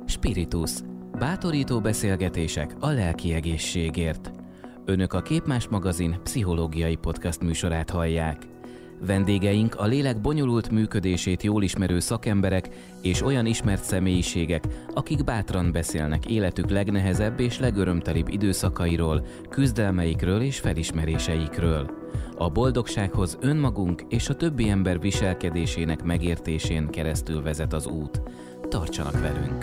Spiritus. Bátorító beszélgetések a lelki egészségért. Önök a Képmás magazin pszichológiai podcast műsorát hallják. Vendégeink a lélek bonyolult működését jól ismerő szakemberek és olyan ismert személyiségek, akik bátran beszélnek életük legnehezebb és legörömtelibb időszakairól, küzdelmeikről és felismeréseikről. A boldogsághoz önmagunk és a többi ember viselkedésének megértésén keresztül vezet az út. Tartsanak velünk!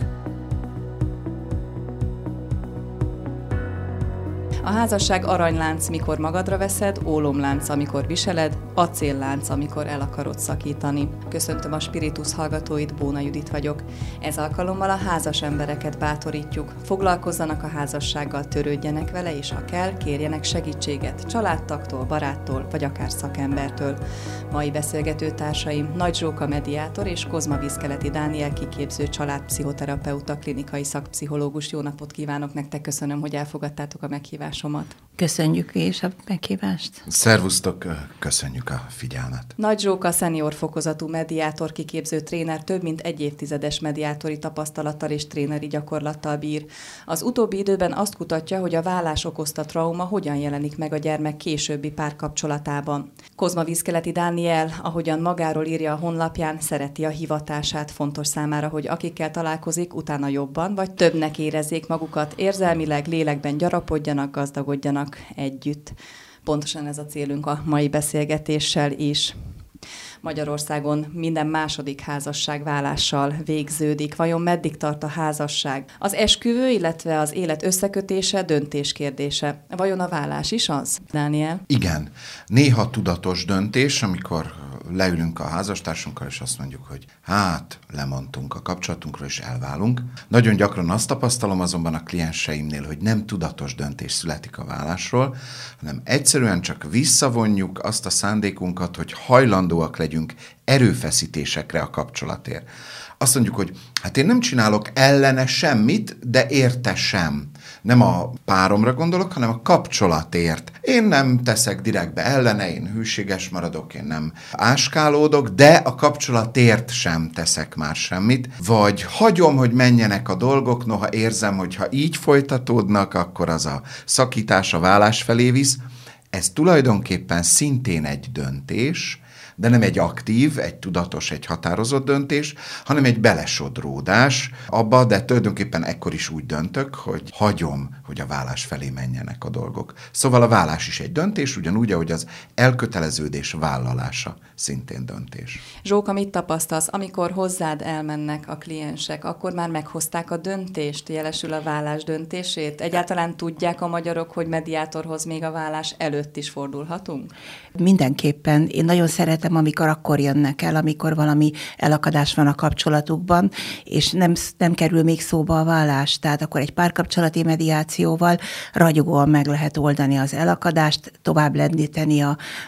A házasság aranylánc, mikor magadra veszed, ólomlánc, amikor viseled, acéllánc, amikor el akarod szakítani. Köszöntöm a Spiritus hallgatóit, Bóna Judit vagyok. Ez alkalommal a házas embereket bátorítjuk. Foglalkozzanak a házassággal, törődjenek vele, és ha kell, kérjenek segítséget családtagtól, baráttól, vagy akár szakembertől. Mai beszélgetőtársaim Nagy Zsóka mediátor és Kozma Viszkeleti Dániel kiképző családpszichoterapeuta, klinikai szakpszichológus. Jó napot kívánok nektek, köszönöm, hogy elfogadtátok a meghívásomat. Köszönjük és a meghívást. Szervusztok, köszönjük a figyelmet. Nagy Zsóka szenior fokozatú mediátor, kiképző tréner, több mint egy évtizedes mediátori tapasztalattal és tréneri gyakorlattal bír. Az utóbbi időben azt kutatja, hogy a vállás okozta trauma hogyan jelenik meg a gyermek későbbi párkapcsolatában. Kozma Viszkeleti Dániel, ahogyan magáról írja a honlapján, szereti a hivatását, fontos számára, hogy akikkel találkozik, utána jobban vagy többnek érezzék magukat, érzelmileg, lélekben gyarapodjanak, gazdagodjanak együtt. Pontosan ez a célunk a mai beszélgetéssel is. Magyarországon minden második házasság válással végződik. Vajon meddig tart a házasság? Az esküvő, illetve az élet összekötése döntés kérdése. Vajon a válás is az, Dániel? Igen. Néha tudatos döntés, amikor leülünk a házastársunkkal, és azt mondjuk, hogy hát, lemondtunk a kapcsolatunkról, és elválunk. Nagyon gyakran azt tapasztalom azonban a klienseimnél, hogy nem tudatos döntés születik a válásról, hanem egyszerűen csak visszavonjuk azt a szándékunkat, hogy hajlandóak legyünk erőfeszítésekre a kapcsolatért. Azt mondjuk, hogy hát én nem csinálok ellene semmit, de érte sem. Nem a páromra gondolok, hanem a kapcsolatért. Én nem teszek direktbe ellene, én hűséges maradok, én nem áskálódok, de a kapcsolatért sem teszek már semmit. Vagy hagyom, hogy menjenek a dolgok, noha érzem, hogy ha így folytatódnak, akkor az a szakítás, a válás felé visz. Ez tulajdonképpen szintén egy döntés, de nem egy aktív, egy tudatos, egy határozott döntés, hanem egy belesodródás abba, de tulajdonképpen ekkor is úgy döntök, hogy hagyom, hogy a válás felé menjenek a dolgok. Szóval a válás is egy döntés, ugyanúgy, ahogy az elköteleződés vállalása szintén döntés. Zsóka, mit tapasztalsz, amikor hozzád elmennek a kliensek, akkor már meghozták a döntést, jelesül a válás döntését? Egyáltalán tudják a magyarok, hogy mediátorhoz még a válás előtt is fordulhatunk? Mindenképpen. Én nagyon szeretem, amikor akkor jönnek el, amikor valami elakadás van a kapcsolatukban, és nem kerül még szóba a válás. Tehát akkor egy párkapcsolati mediációval ragyogóan meg lehet oldani az elakadást, tovább lendíteni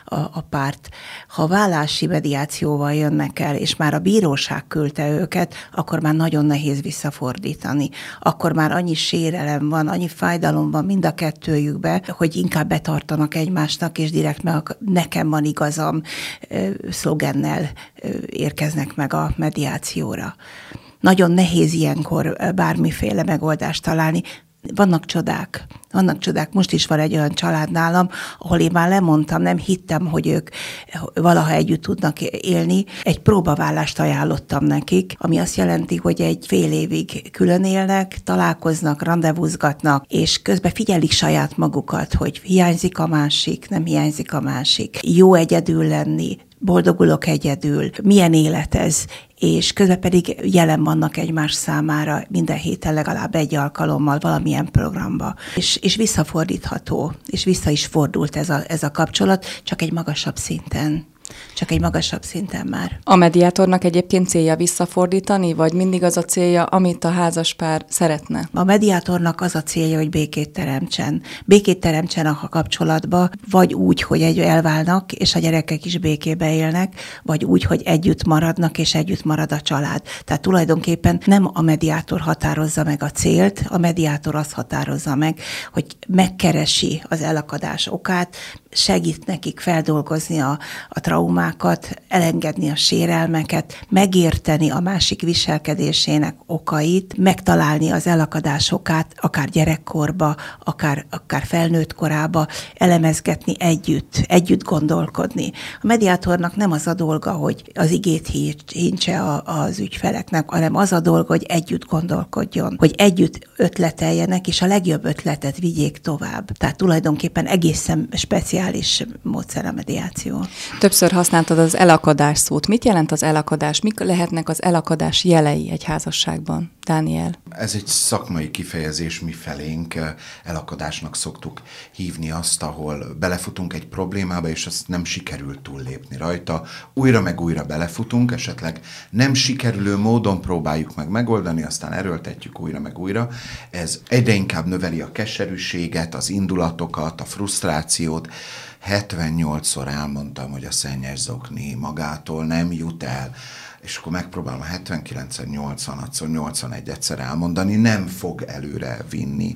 a párt. Ha vállási mediációval jönnek el, és már a bíróság küldte őket, akkor már nagyon nehéz visszafordítani. Akkor már annyi sérelem van, annyi fájdalom van mind a kettőjükbe, hogy inkább betartanak egymásnak, és direkt nekem van igazam szlogennel érkeznek meg a mediációra. Nagyon nehéz ilyenkor bármiféle megoldást találni. Vannak csodák. Most is van egy olyan család nálam, ahol én már lemondtam, nem hittem, hogy ők valaha együtt tudnak élni. Egy próbaválást ajánlottam nekik, ami azt jelenti, hogy egy fél évig külön élnek, találkoznak, randevúzgatnak, és közben figyelik saját magukat, hogy hiányzik a másik, nem hiányzik a másik. Jó egyedül lenni, boldogulok egyedül, milyen élet ez, és közben pedig jelen vannak egymás számára minden héten legalább egy alkalommal valamilyen programba. És visszafordítható, és vissza is fordult ez a kapcsolat, csak egy magasabb szinten. Már. A mediátornak egyébként célja visszafordítani, vagy mindig az a célja, amit a házaspár szeretne? A mediátornak az a célja, hogy békét teremtsen. Békét teremtsen a kapcsolatba, vagy úgy, hogy elválnak, és a gyerekek is békébe élnek, vagy úgy, hogy együtt maradnak, és együtt marad a család. Tehát tulajdonképpen nem a mediátor határozza meg a célt, a mediátor azt határozza meg, hogy megkeresi az elakadás okát, segít nekik feldolgozni a traumákat, elengedni a sérelmeket, megérteni a másik viselkedésének okait, megtalálni az elakadás okát, akár gyerekkorba, akár felnőtt korába, elemezgetni együtt gondolkodni. A mediátornak nem az a dolga, hogy az igét hintse az ügyfeleknek, hanem az a dolga, hogy együtt gondolkodjon, hogy együtt ötleteljenek, és a legjobb ötletet vigyék tovább. Tehát tulajdonképpen egészen speciális módszer a mediáció. Többször használtad az elakadás szót. Mit jelent az elakadás? Mik lehetnek az elakadás jelei egy házasságban? Dániel? Ez egy szakmai kifejezés, mi felénk elakadásnak szoktuk hívni azt, ahol belefutunk egy problémába, és azt nem sikerült túllépni rajta. Újra meg újra belefutunk, esetleg nem sikerülő módon próbáljuk meg megoldani, aztán erőltetjük újra meg újra. Ez egyre inkább növeli a keserűséget, az indulatokat, a frusztrációt. 78-szor elmondtam, hogy a szennyes zokni magától nem jut el, és akkor megpróbálom 79-szer, 80-szor, 81-szer elmondani, nem fog előre vinni.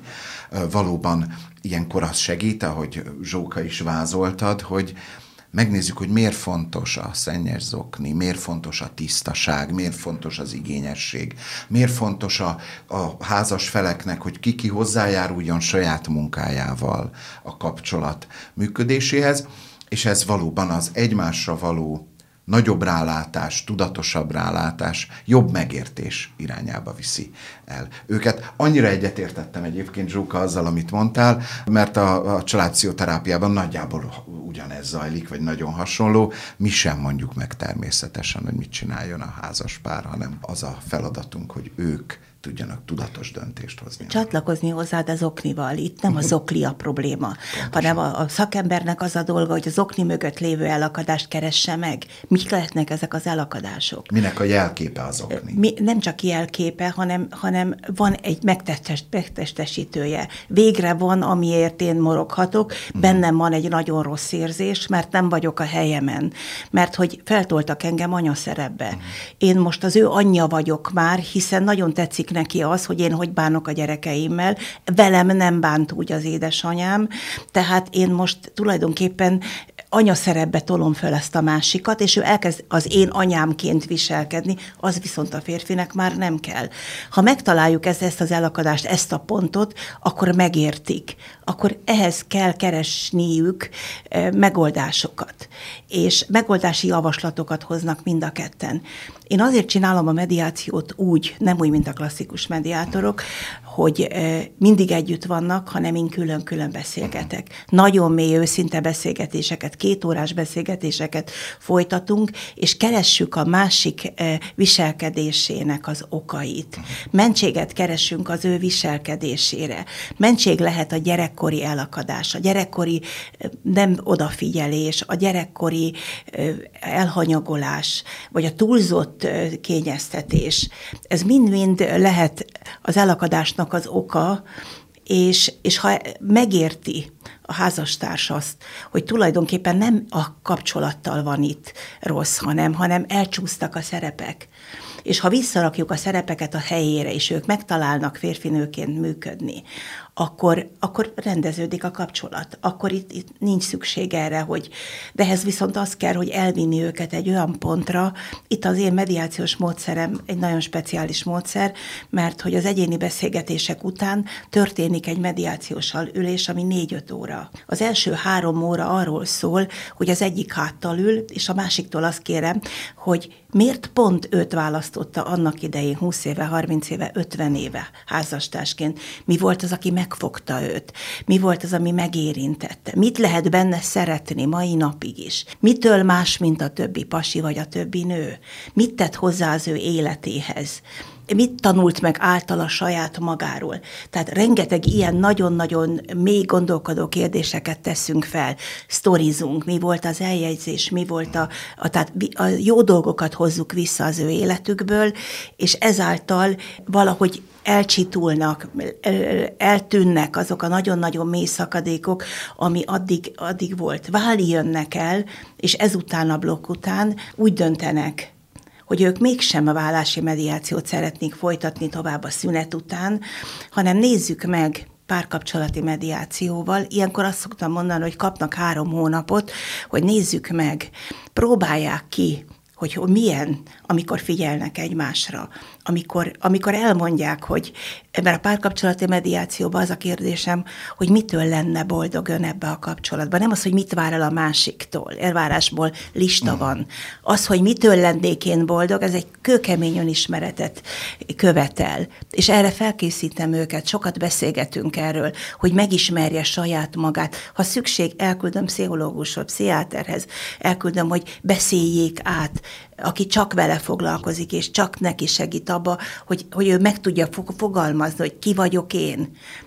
Valóban ilyenkor az segít, ahogy Zsóka is vázoltad, hogy megnézzük, hogy miért fontos a szennyes zokni, miért fontos a tisztaság, miért fontos az igényesség, miért fontos a házas feleknek, hogy ki hozzájáruljon saját munkájával a kapcsolat működéséhez, és ez valóban az egymásra való nagyobb rálátás, tudatosabb rálátás, jobb megértés irányába viszi el őket. Annyira egyetértettem egyébként, Zsóka, azzal, amit mondtál, mert a családpszichoterápiában nagyjából ugyanez zajlik, vagy nagyon hasonló. Mi sem mondjuk meg természetesen, hogy mit csináljon a házaspár, hanem az a feladatunk, hogy ők tudjanak tudatos döntést hozni. Csatlakozni hozzád az oknival. Itt nem az okli a probléma, hanem a szakembernek az a dolga, hogy az okni mögött lévő elakadást keresse meg. Mik lehetnek ezek az elakadások? Minek a jelképe az okni? Nem csak jelképe, hanem van egy megtestesítője. Végre van, amiért én moroghatok, bennem van egy nagyon rossz érzés, mert nem vagyok a helyemen. Mert hogy feltoltak engem anyaszerepbe. Én most az ő anyja vagyok már, hiszen nagyon tetszik neki az, hogy én hogy bánok a gyerekeimmel. Velem nem bánt úgy az édesanyám, tehát én most tulajdonképpen anyaszerepbe tolom föl ezt a másikat, és ő elkezd az én anyámként viselkedni, az viszont a férfinek már nem kell. Ha megtaláljuk ezt az elakadást, ezt a pontot, akkor megértik. Akkor ehhez kell keresniük megoldásokat. És megoldási javaslatokat hoznak mind a ketten. Én azért csinálom a mediációt úgy, nem úgy, mint a klasszikus mediátorok, hogy mindig együtt vannak, hanem én külön-külön beszélgetek. Nagyon mély, őszinte beszélgetéseket, 2 órás beszélgetéseket folytatunk, és keressük a másik viselkedésének az okait. Mentséget keresünk az ő viselkedésére. Mentség lehet a gyerekkori elakadás, a gyerekkori nem odafigyelés, a gyerekkori elhanyagolás, vagy a túlzott kényeztetés. Ez mind-mind lehet az elakadásnak az oka, és ha megérti a házastárs azt, hogy tulajdonképpen nem a kapcsolattal van itt rossz, hanem elcsúsztak a szerepek. És ha visszarakjuk a szerepeket a helyére, és ők megtalálnak férfinőként működni, akkor rendeződik a kapcsolat. Akkor itt nincs szükség erre, hogy... De ehhez viszont az kell, hogy elvinni őket egy olyan pontra. Itt az én mediációs módszerem egy nagyon speciális módszer, mert hogy az egyéni beszélgetések után történik egy mediációs ülés, ami 4-5 óra. Az első 3 óra arról szól, hogy az egyik háttal ül, és a másiktól azt kérem, hogy miért pont őt választotta annak idején 20 éve, 30 éve, 50 éve házastársként? Mi volt az, aki megfogta őt? Mi volt az, ami megérintette? Mit lehet benne szeretni mai napig is? Mitől más, mint a többi pasi vagy a többi nő? Mit tett hozzá az ő életéhez? Mit tanult meg általa saját magáról? Tehát rengeteg ilyen nagyon-nagyon mély gondolkodó kérdéseket teszünk fel, sztorizunk, mi volt az eljegyzés, mi volt tehát a jó dolgokat hozzuk vissza az ő életükből, és ezáltal valahogy elcsitulnak, eltűnnek azok a nagyon-nagyon mély szakadékok, ami addig volt. Váli jönnek el, és ezután a blokk után úgy döntenek, hogy ők mégsem a vállási mediációt szeretnék folytatni tovább a szünet után, hanem nézzük meg párkapcsolati mediációval. Ilyenkor azt szoktam mondani, hogy kapnak 3 hónapot, hogy nézzük meg, próbálják ki, hogy milyen, amikor figyelnek egymásra, amikor elmondják, hogy ebben a párkapcsolati mediációban az a kérdésem, hogy mitől lenne boldog ön ebbe a kapcsolatban. Nem az, hogy mit vár el a másiktól, elvárásból lista van. Az, hogy mitől lennék én boldog, ez egy kőkemény önismeretet követel. És erre felkészítem őket, sokat beszélgetünk erről, hogy megismerje saját magát. Ha szükség, elküldöm pszichológushoz, pszichiáterhez, elküldöm, hogy beszéljék át, aki csak vele foglalkozik, és csak neki segít abba, hogy ő meg tudja fogalmazni, hogy ki vagyok én.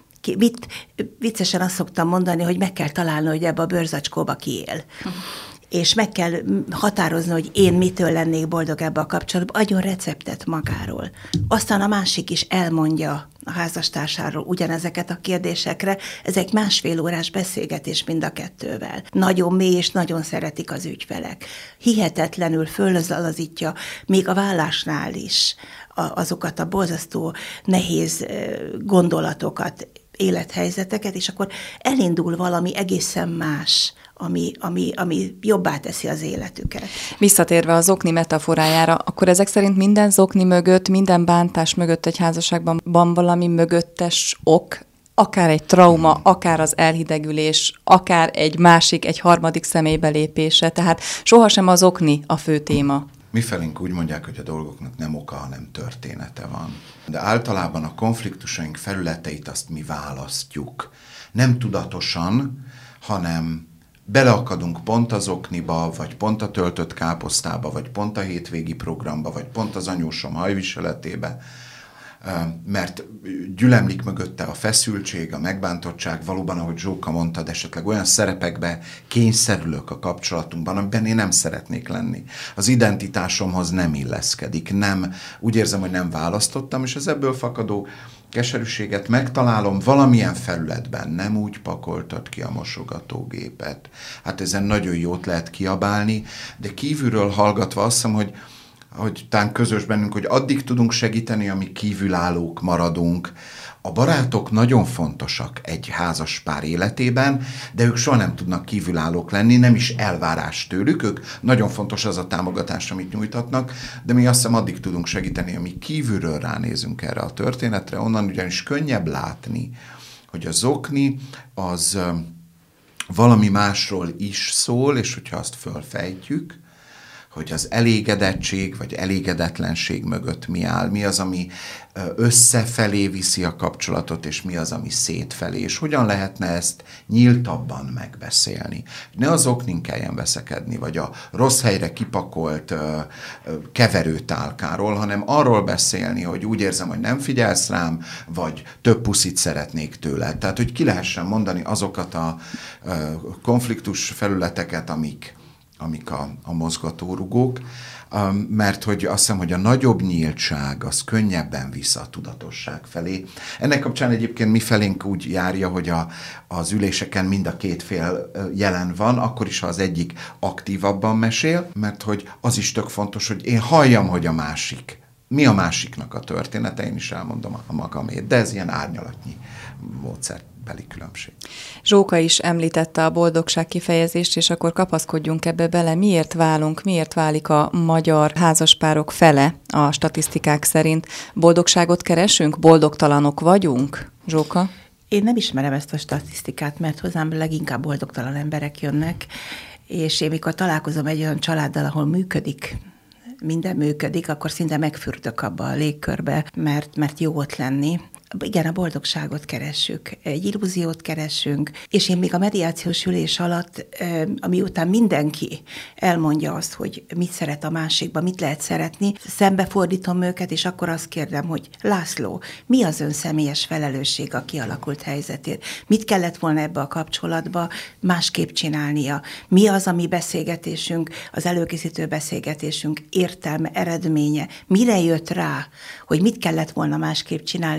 Viccesen azt szoktam mondani, hogy meg kell találni, hogy ebbe a bőrzacskóba ki él. És meg kell határozni, hogy én mitől lennék boldog ebbe a kapcsolatban, adjon receptet magáról. Aztán a másik is elmondja a házastársáról ugyanezeket a kérdésekre. Ez egy 1,5 órás beszélgetés mind a kettővel. Nagyon mély és nagyon szeretik az ügyfelek. Hihetetlenül fölzalazítja, még a vállásnál is azokat a borzasztó nehéz gondolatokat, élethelyzeteket, és akkor elindul valami egészen más, ami jobbá teszi az életüket. Visszatérve a zokni metaforájára, akkor ezek szerint minden zokni mögött, minden bántás mögött egy házasságban van valami mögöttes ok, akár egy trauma, akár az elhidegülés, akár egy harmadik személy belépése, tehát sohasem az okni a fő téma. Mifelénk úgy mondják, hogy a dolgoknak nem oka, hanem története van. De általában a konfliktusaink felületeit azt mi választjuk. Nem tudatosan, hanem beleakadunk pont az okniba, vagy pont a töltött káposztába, vagy pont a hétvégi programba, vagy pont az anyósom hajviseletébe, mert gyülemlik mögötte a feszültség, a megbántottság, valóban, ahogy Zsóka mondtad, esetleg olyan szerepekbe kényszerülök a kapcsolatunkban, amiben én nem szeretnék lenni. Az identitásomhoz nem illeszkedik, úgy érzem, hogy nem választottam, és az ebből fakadó keserűséget megtalálom valamilyen felületben, nem úgy pakoltad ki a mosogatógépet. Hát ezen nagyon jót lehet kiabálni, de kívülről hallgatva azt hiszem, hogy talán közös bennünk, hogy addig tudunk segíteni, amíg kívülállók maradunk. A barátok nagyon fontosak egy házas pár életében, de ők soha nem tudnak kívülállók lenni, nem is elvárás tőlük, ők nagyon fontos az a támogatás, amit nyújtatnak, de mi azt hiszem addig tudunk segíteni, amíg kívülről ránézünk erre a történetre, onnan ugyanis könnyebb látni, hogy a zokni az valami másról is szól, és hogyha azt fölfejtjük, hogy az elégedettség vagy elégedetlenség mögött mi áll, mi az, ami összefelé viszi a kapcsolatot, és mi az, ami szétfelé, és hogyan lehetne ezt nyíltabban megbeszélni. Ne az oknin kelljen veszekedni, vagy a rossz helyre kipakolt keverőtálkáról, hanem arról beszélni, hogy úgy érzem, hogy nem figyelsz rám, vagy több puszit szeretnék tőled. Tehát, hogy ki lehessen mondani azokat a konfliktus felületeket, amik a mozgatórugók, mert hogy azt hiszem, hogy a nagyobb nyíltság az könnyebben visz a tudatosság felé. Ennek kapcsán egyébként mi felénk úgy járja, hogy az üléseken mind a két fél jelen van, akkor is, ha az egyik aktívabban mesél, mert hogy az is tök fontos, hogy én halljam, hogy a másik. Mi a másiknak a története, én is elmondom a magamét, de ez ilyen árnyalatnyi módszerbeli különbség. Zsóka is említette a boldogság kifejezést, és akkor kapaszkodjunk ebbe bele. Miért válik a magyar házaspárok fele a statisztikák szerint? Boldogságot keresünk? Boldogtalanok vagyunk? Zsóka? Én nem ismerem ezt a statisztikát, mert hozzám leginkább boldogtalan emberek jönnek, és én mikor találkozom egy olyan családdal, ahol minden működik, akkor szinte megfürdök abba a légkörbe, mert jó ott lenni. Igen, a boldogságot keressük, egy illúziót keressünk, és én még a mediációs ülés alatt, amiután mindenki elmondja azt, hogy mit szeret a másikba, mit lehet szeretni, szembefordítom őket, és akkor azt kérdem, hogy László, mi az ön személyes felelősség a kialakult helyzetért? Mit kellett volna ebbe a kapcsolatba másképp csinálnia? Mi az, ami beszélgetésünk, az előkészítő beszélgetésünk értelme, eredménye? Mire jött rá, hogy mit kellett volna másképp csinálni? Mi az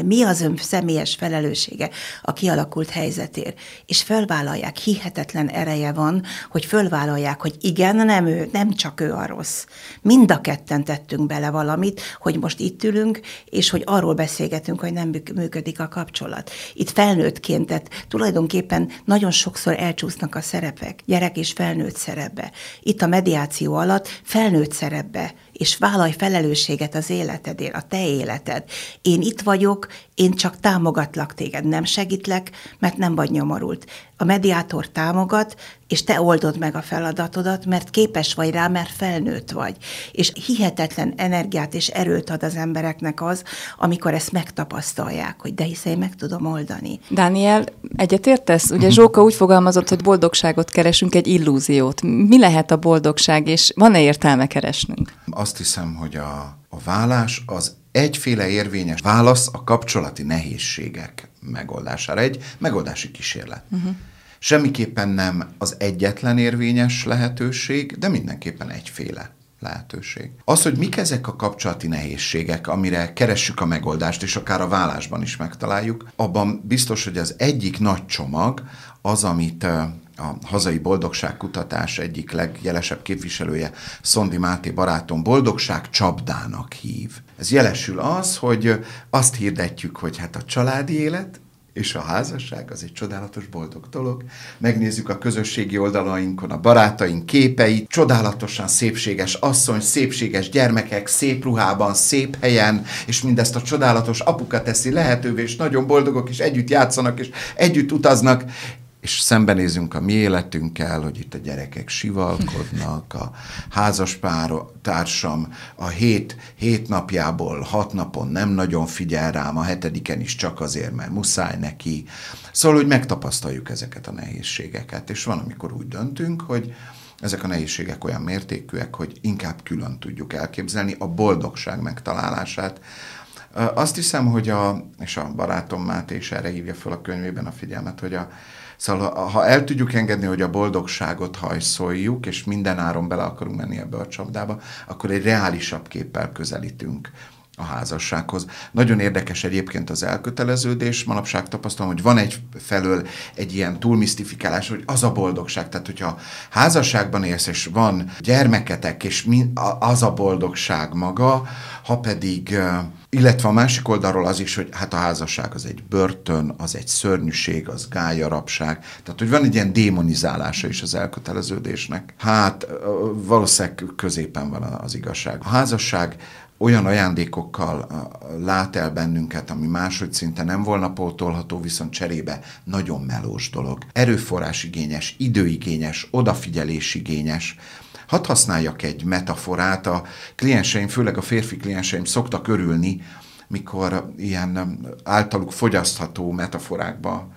ön személyes felelőssége a kialakult helyzetért, és fölvállalják, hihetetlen ereje van, hogy fölvállalják, hogy igen, nem csak ő a rossz. Mind a ketten tettünk bele valamit, hogy most itt ülünk, és hogy arról beszélgetünk, hogy nem működik a kapcsolat. Itt felnőttként, tehát tulajdonképpen nagyon sokszor elcsúsznak a szerepek, gyerek és felnőtt szerepbe. Itt a mediáció alatt felnőtt szerepbe, és vállalj felelősséget az életedért, a te életed. Én itt vagyok, én csak támogatlak téged, nem segítlek, mert nem vagy nyomorult. A mediátor támogat, és te oldod meg a feladatodat, mert képes vagy rá, mert felnőtt vagy. És hihetetlen energiát és erőt ad az embereknek az, amikor ezt megtapasztalják, hogy de hiszen én meg tudom oldani. Dániel, egyetértesz? Ugye Zsóka úgy fogalmazott, hogy boldogságot keresünk, egy illúziót. Mi lehet a boldogság, és van-e értelme keresnünk? Azt hiszem, hogy a vállás az egyféle érvényes válasz a kapcsolati nehézségek megoldására. Egy megoldási kísérlet. Semmiképpen nem az egyetlen érvényes lehetőség, de mindenképpen egyféle lehetőség. Az, hogy mik ezek a kapcsolati nehézségek, amire keressük a megoldást, és akár a vállásban is megtaláljuk, abban biztos, hogy az egyik nagy csomag az, amit a hazai boldogságkutatás egyik legjelesebb képviselője, Szondi Máté barátom, boldogság csapdának hív. Ez jelesül az, hogy azt hirdetjük, hogy hát a családi élet és a házasság az egy csodálatos boldog dolog. Megnézzük a közösségi oldalainkon a barátaink képeit, csodálatosan szépséges asszony, szépséges gyermekek, szép ruhában, szép helyen, és mindezt a csodálatos apuka teszi lehetővé, és nagyon boldogok, és együtt játszanak, és együtt utaznak, és szembenézünk a mi életünkkel, hogy itt a gyerekek sivalkodnak, a házaspártársam a 7 napjából 6 napon nem nagyon figyel rám, a 7-en is csak azért, mert muszáj neki. Szóval, hogy megtapasztaljuk ezeket a nehézségeket, és van, amikor úgy döntünk, hogy ezek a nehézségek olyan mértékűek, hogy inkább külön tudjuk elképzelni a boldogság megtalálását. Azt hiszem, hogy és a barátom Máté is erre hívja fel a könyvében a figyelmet, hogy szóval ha el tudjuk engedni, hogy a boldogságot hajszoljuk, és minden áron bele akarunk menni ebbe a csapdába, akkor egy reálisabb képpel közelítünk a házassághoz. Nagyon érdekes egyébként az elköteleződés. Manapság tapasztalom, hogy van egyfelől egy ilyen túlmisztifikálás, hogy az a boldogság. Tehát, hogyha házasságban élsz, és van gyermeketek, és az a boldogság maga, ha pedig, illetve a másik oldalról az is, hogy hát a házasság az egy börtön, az egy szörnyűség, az gálya-rabság. Tehát, hogy van egy ilyen démonizálása is az elköteleződésnek. Hát valószínűleg középen van az igazság. A házasság olyan ajándékokkal lát el bennünket, ami máshogy szinte nem volna pótolható, viszont cserébe nagyon melós dolog. Erőforrásigényes, időigényes, odafigyelésigényes. Hadd használjak egy metaforát, a klienseim, főleg a férfi klienseim szoktak örülni, mikor ilyen általuk fogyasztható metaforákba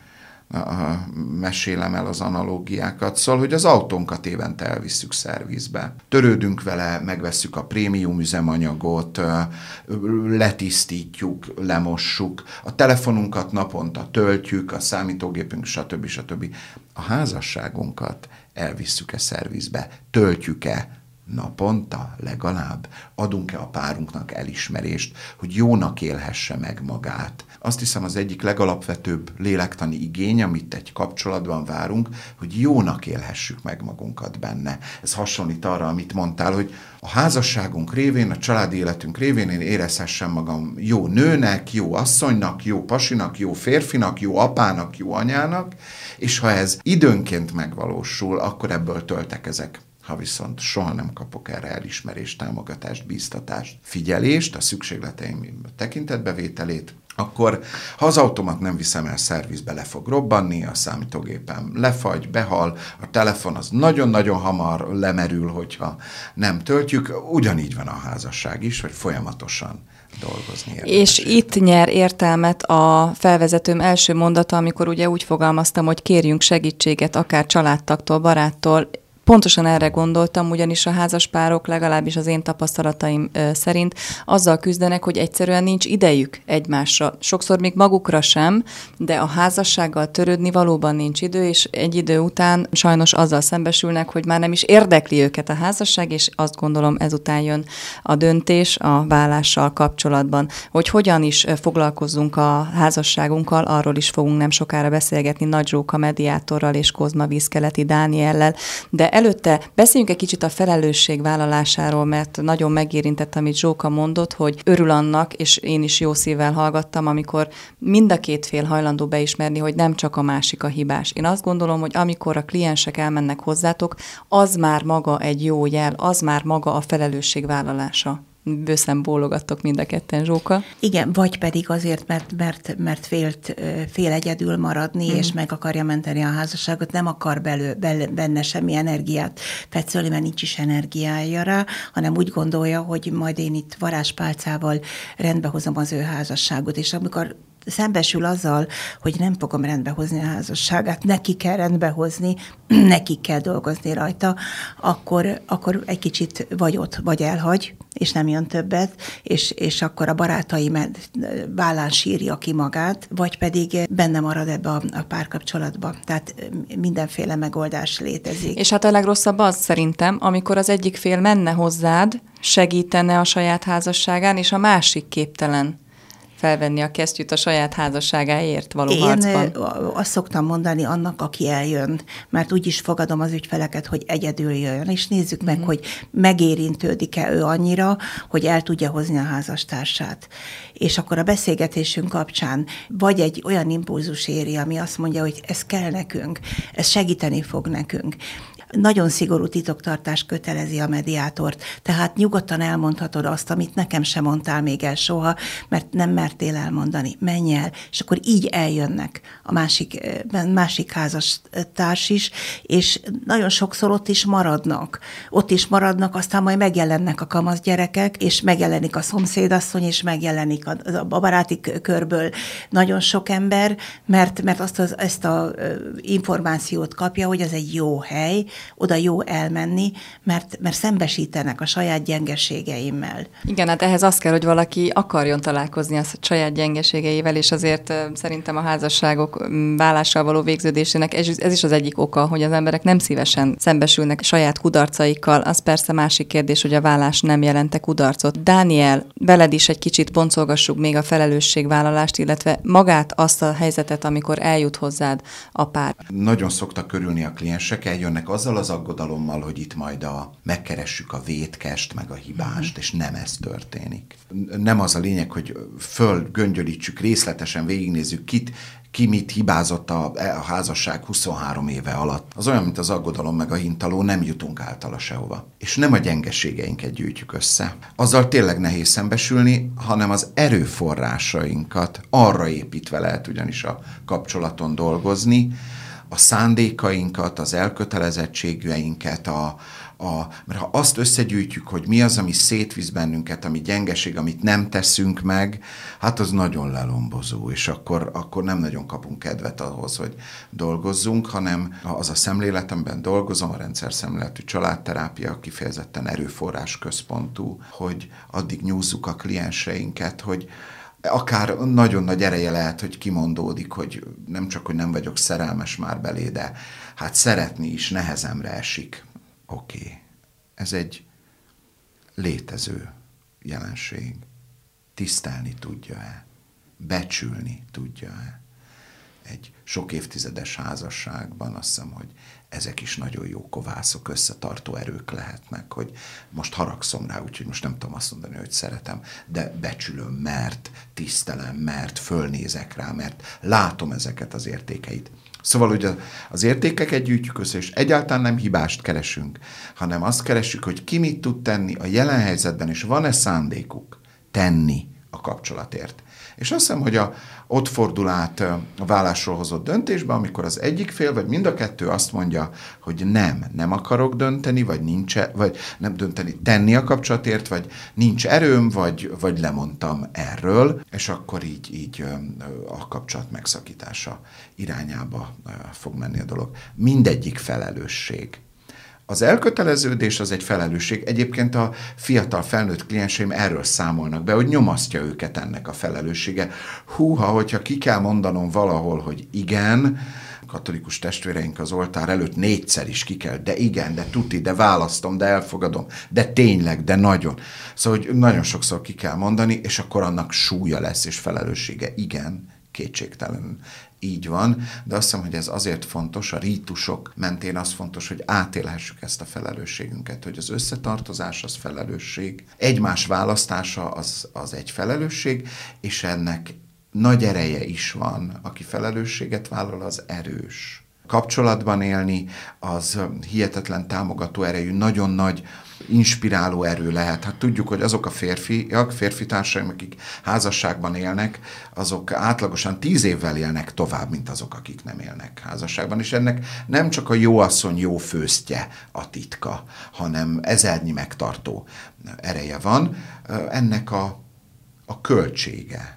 mesélem el az analógiákat. Szóval, hogy az autónkat évente elvisszük szervizbe. Törődünk vele, megvesszük a prémium üzemanyagot, letisztítjuk, lemossuk, a telefonunkat naponta töltjük, a számítógépünk, stb. A házasságunkat elvisszük-e szervizbe, töltjük-e naponta legalább, adunk-e a párunknak elismerést, hogy jónak élhesse meg magát. Azt hiszem, az egyik legalapvetőbb lélektani igény, amit egy kapcsolatban várunk, hogy jónak élhessük meg magunkat benne. Ez hasonlít arra, amit mondtál, hogy a házasságunk révén, a családi életünk révén én érezhessem magam jó nőnek, jó asszonynak, jó pasinak, jó férfinak, jó apának, jó anyának, és ha ez időnként megvalósul, akkor ebből töltekezek. Ha viszont soha nem kapok erre elismerést, támogatást, bíztatást, figyelést, a szükségleteim tekintetbevételét, akkor ha az automat nem viszem el szervizbe, le fog robbanni, a számítógépem lefagy, behal, a telefon az nagyon-nagyon hamar lemerül, hogyha nem töltjük. Ugyanígy van a házasság is, hogy folyamatosan dolgozni. És itt nyer értelmet a felvezetőm első mondata, amikor ugye úgy fogalmaztam, hogy kérjünk segítséget akár családtagtól, baráttól, pontosan erre gondoltam, ugyanis a házaspárok, legalábbis az én tapasztalataim szerint azzal küzdenek, hogy egyszerűen nincs idejük egymásra. Sokszor még magukra sem, de a házassággal törődni valóban nincs idő, és egy idő után sajnos azzal szembesülnek, hogy már nem is érdekli őket a házasság, és azt gondolom ezután jön a döntés a válással kapcsolatban. Hogy hogyan is foglalkozzunk a házasságunkkal, arról is fogunk nem sokára beszélgetni Nagy Zsóka mediátorral és Kozma Vízkeleti Dániellel, de előtte beszéljünk egy kicsit a felelősségvállalásáról, mert nagyon megérintett, amit Zsóka mondott, hogy örül annak, és én is jó szívvel hallgattam, amikor mind a két fél hajlandó beismerni, hogy nem csak a másik a hibás. Én azt gondolom, hogy amikor a kliensek elmennek hozzátok, az már maga egy jó jel, az már maga a felelősségvállalása. Bőszen bólogattok mind a ketten, Zsóka. Igen, vagy pedig azért, mert fél egyedül maradni, és meg akarja menteni a házasságot, nem akar benne semmi energiát fetszölni, mert nincs is energiája rá, hanem úgy gondolja, hogy majd én itt varázspálcával rendbehozom az ő házasságot, és amikor szembesül azzal, hogy nem fogom rendbehozni a házasságát, neki kell rendbehozni, neki kell dolgozni rajta, akkor egy kicsit vagy ott, vagy elhagy, és nem jön többet, és akkor a barátai vállán sírja ki magát, vagy pedig benne marad ebbe a párkapcsolatba. Tehát mindenféle megoldás létezik. És hát a legrosszabb az szerintem, amikor az egyik fél menne hozzád, segítene a saját házasságán, és a másik képtelen felvenni a kesztyűt a saját házasságáért való harcban. Én azt szoktam mondani annak, aki eljön, mert úgy is fogadom az ügyfeleket, hogy egyedül jöjjön, és nézzük meg, hogy megérintődik-e ő annyira, hogy el tudja hozni a házastársát. És akkor a beszélgetésünk kapcsán vagy egy olyan impulzus éri, ami azt mondja, hogy ez kell nekünk, ez segíteni fog nekünk. Nagyon szigorú titoktartás kötelezi a mediátort, tehát nyugodtan elmondhatod azt, amit nekem sem mondtál még el soha, mert nem mertél elmondani. Menj el, és akkor így eljönnek a másik házastárs is, és nagyon sokszor ott is maradnak, aztán majd megjelennek a kamasz gyerekek, és megjelenik a szomszédasszony, és megjelenik a baráti körből nagyon sok ember, mert ezt az információt kapja, hogy ez egy jó hely, oda jó elmenni, mert szembesítenek a saját gyengeségeimmel. Igen, hát ehhez az kell, hogy valaki akarjon találkozni a saját gyengeségeivel, és azért szerintem a házasságok válással való végződésének ez is az egyik oka, hogy az emberek nem szívesen szembesülnek saját kudarcaikkal. Az persze másik kérdés, hogy a válás nem jelente kudarcot. Dániel, veled is egy kicsit boncolgassuk még a felelősségvállalást, illetve magát azt a helyzetet, amikor eljut hozzád a pár. Nagyon szoktak körülni a kliensek, eljönnek azzal az aggodalommal, hogy itt majd megkeressük a vétkest, meg a hibást, és nem ez történik. Nem az a lényeg, hogy fölgöngyölítsük, részletesen végignézzük, ki mit hibázott a házasság 23 éve alatt. Az olyan, mint az aggodalom meg a hintaló, nem jutunk általa sehova. És nem a gyengeségeinket gyűjtjük össze. Azzal tényleg nehéz szembesülni, hanem az erőforrásainkat arra építve lehet ugyanis a kapcsolaton dolgozni, a szándékainkat, az elkötelezettségeinket, mert ha azt összegyűjtjük, hogy mi az, ami szétvisz bennünket, ami gyengeség, amit nem teszünk meg, hát az nagyon lelombozó, és akkor nem nagyon kapunk kedvet ahhoz, hogy dolgozzunk, hanem az a szemlélet, amiben dolgozom, a rendszerszemléletű családterápia kifejezetten erőforrás központú, hogy addig nyúzzuk a klienseinket, hogy akár nagyon nagy ereje lehet, hogy kimondódik, hogy nem csak, hogy nem vagyok szerelmes már belé, de hát szeretni is nehezemre esik. Oké. Ez egy létező jelenség. Tisztelni tudja-e? Becsülni tudja-e? Egy sok évtizedes házasságban azt hiszem, hogy ezek is nagyon jó kovászok, összetartó erők lehetnek, hogy most haragszom rá, úgyhogy most nem tudom azt mondani, hogy szeretem, de becsülöm, mert tisztelem, mert fölnézek rá, mert látom ezeket az értékeit. Szóval, hogy az értékeket gyűjtjük össze, és egyáltalán nem hibást keresünk, hanem azt keresünk, hogy ki mit tud tenni a jelen helyzetben, és van-e szándékuk tenni a kapcsolatért. És azt hiszem, hogy ott fordul át a vállásról hozott döntésbe, amikor az egyik fél, vagy mind a kettő azt mondja, hogy nem akarok dönteni, vagy nem dönteni, tenni a kapcsolatért, vagy nincs erőm, vagy lemondtam erről, és akkor így a kapcsolat megszakítása irányába fog menni a dolog. Mindegyik felelősség. Az elköteleződés az egy felelősség. Egyébként a fiatal felnőtt klienseim erről számolnak be, hogy nyomasztja őket ennek a felelőssége. Húha, hogyha ki kell mondanom valahol, hogy igen, katolikus testvéreink az oltár előtt 4-szer is ki kell, de igen, de tuti, de választom, de elfogadom, de tényleg, de nagyon. Szóval, hogy nagyon sokszor ki kell mondani, és akkor annak súlya lesz, és felelőssége. Igen, kétségtelenül így van, de azt hiszem, hogy ez azért fontos, a rítusok mentén az fontos, hogy átélhessük ezt a felelősségünket, hogy az összetartozás az felelősség, egymás választása az egy felelősség, és ennek nagy ereje is van, aki felelősséget vállal, az erős. Kapcsolatban élni, az hihetetlen támogató erejű, nagyon nagy inspiráló erő lehet. Hát tudjuk, hogy azok a férfi társaim, akik házasságban élnek, azok átlagosan 10 évvel élnek tovább, mint azok, akik nem élnek házasságban. És ennek nem csak a jó asszony, jó főztje a titka, hanem ezernyi megtartó ereje van. Ennek a költsége,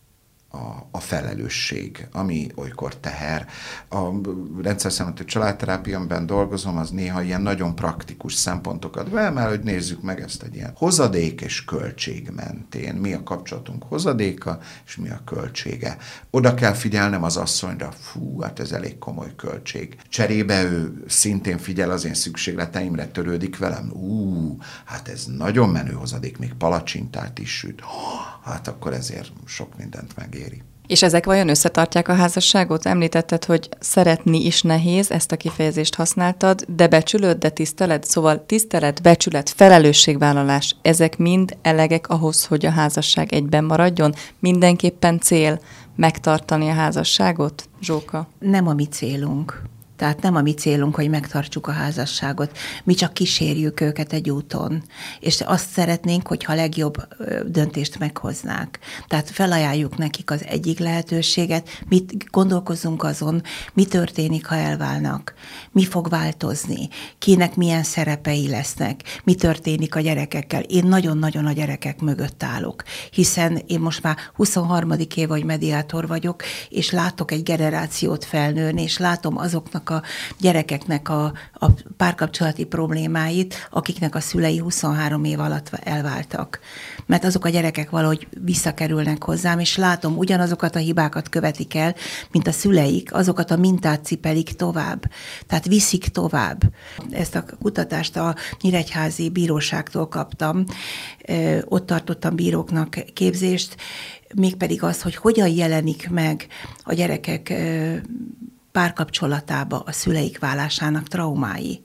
a felelősség, ami olykor teher. A rendszerszerűen családterápiában dolgozom, az néha ilyen nagyon praktikus szempontokat beemel, hogy nézzük meg ezt egy ilyen hozadék és költség mentén. Mi a kapcsolatunk hozadéka, és mi a költsége. Oda kell figyelnem az asszonyra, hát ez elég komoly költség. Cserébe ő szintén figyel az én szükségleteimre, törődik velem. Hát ez nagyon menő hozadék, még palacsintát is süt. Hát akkor ezért sok mindent megéri. És ezek vajon összetartják a házasságot? Említetted, hogy szeretni is nehéz, ezt a kifejezést használtad, de becsülöd, de tisztelet, szóval tisztelet, becsület, felelősségvállalás, ezek mind elegek ahhoz, hogy a házasság egyben maradjon? Mindenképpen cél megtartani a házasságot, Zsóka? Nem a mi célunk. Tehát nem a mi célunk, hogy megtartsuk a házasságot, mi csak kísérjük őket egy úton, és azt szeretnénk, hogyha a legjobb döntést meghoznák. Tehát felajánljuk nekik az egyik lehetőséget, mit gondolkozzunk azon, mi történik, ha elválnak, mi fog változni, kinek milyen szerepei lesznek, mi történik a gyerekekkel. Én nagyon-nagyon a gyerekek mögött állok, hiszen én most már 23. év, hogy mediátor vagyok, és látok egy generációt felnőni, és látom azoknak a gyerekeknek a párkapcsolati problémáit, akiknek a szülei 23 év alatt elváltak. Mert azok a gyerekek valahogy visszakerülnek hozzám, és látom, ugyanazokat a hibákat követik el, mint a szüleik, azokat a mintát cipelik tovább. Tehát viszik tovább. Ezt a kutatást a Nyíregyházi Bíróságtól kaptam, ott tartottam bíróknak képzést, mégpedig az, hogy hogyan jelenik meg a gyerekek párkapcsolatába a szüleik válásának traumái.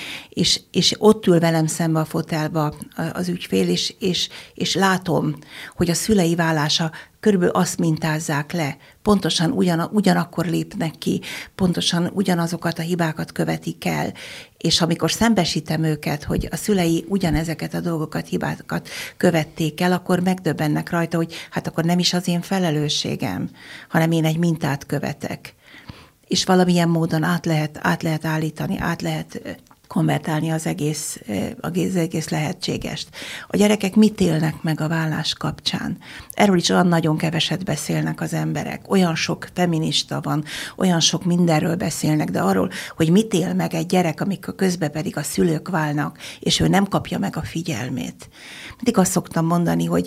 És ott ül velem szembe a fotelba az ügyfél, és látom, hogy a szülei válása körülbelül azt mintázzák le, pontosan ugyanakkor lépnek ki, pontosan ugyanazokat a hibákat követik el, és amikor szembesítem őket, hogy a szülei ugyanezeket a dolgokat, hibákat követték el, akkor megdöbbennek rajta, hogy hát akkor nem is az én felelősségem, hanem én egy mintát követek. És valamilyen módon át lehet állítani, át lehet konvertálni az egész lehetségest. A gyerekek mit élnek meg a vállás kapcsán? Erről is olyan nagyon keveset beszélnek az emberek. Olyan sok feminista van, olyan sok mindenről beszélnek, de arról, hogy mit él meg egy gyerek, amikor közben pedig a szülők válnak, és ő nem kapja meg a figyelmét. Mindig azt szoktam mondani, hogy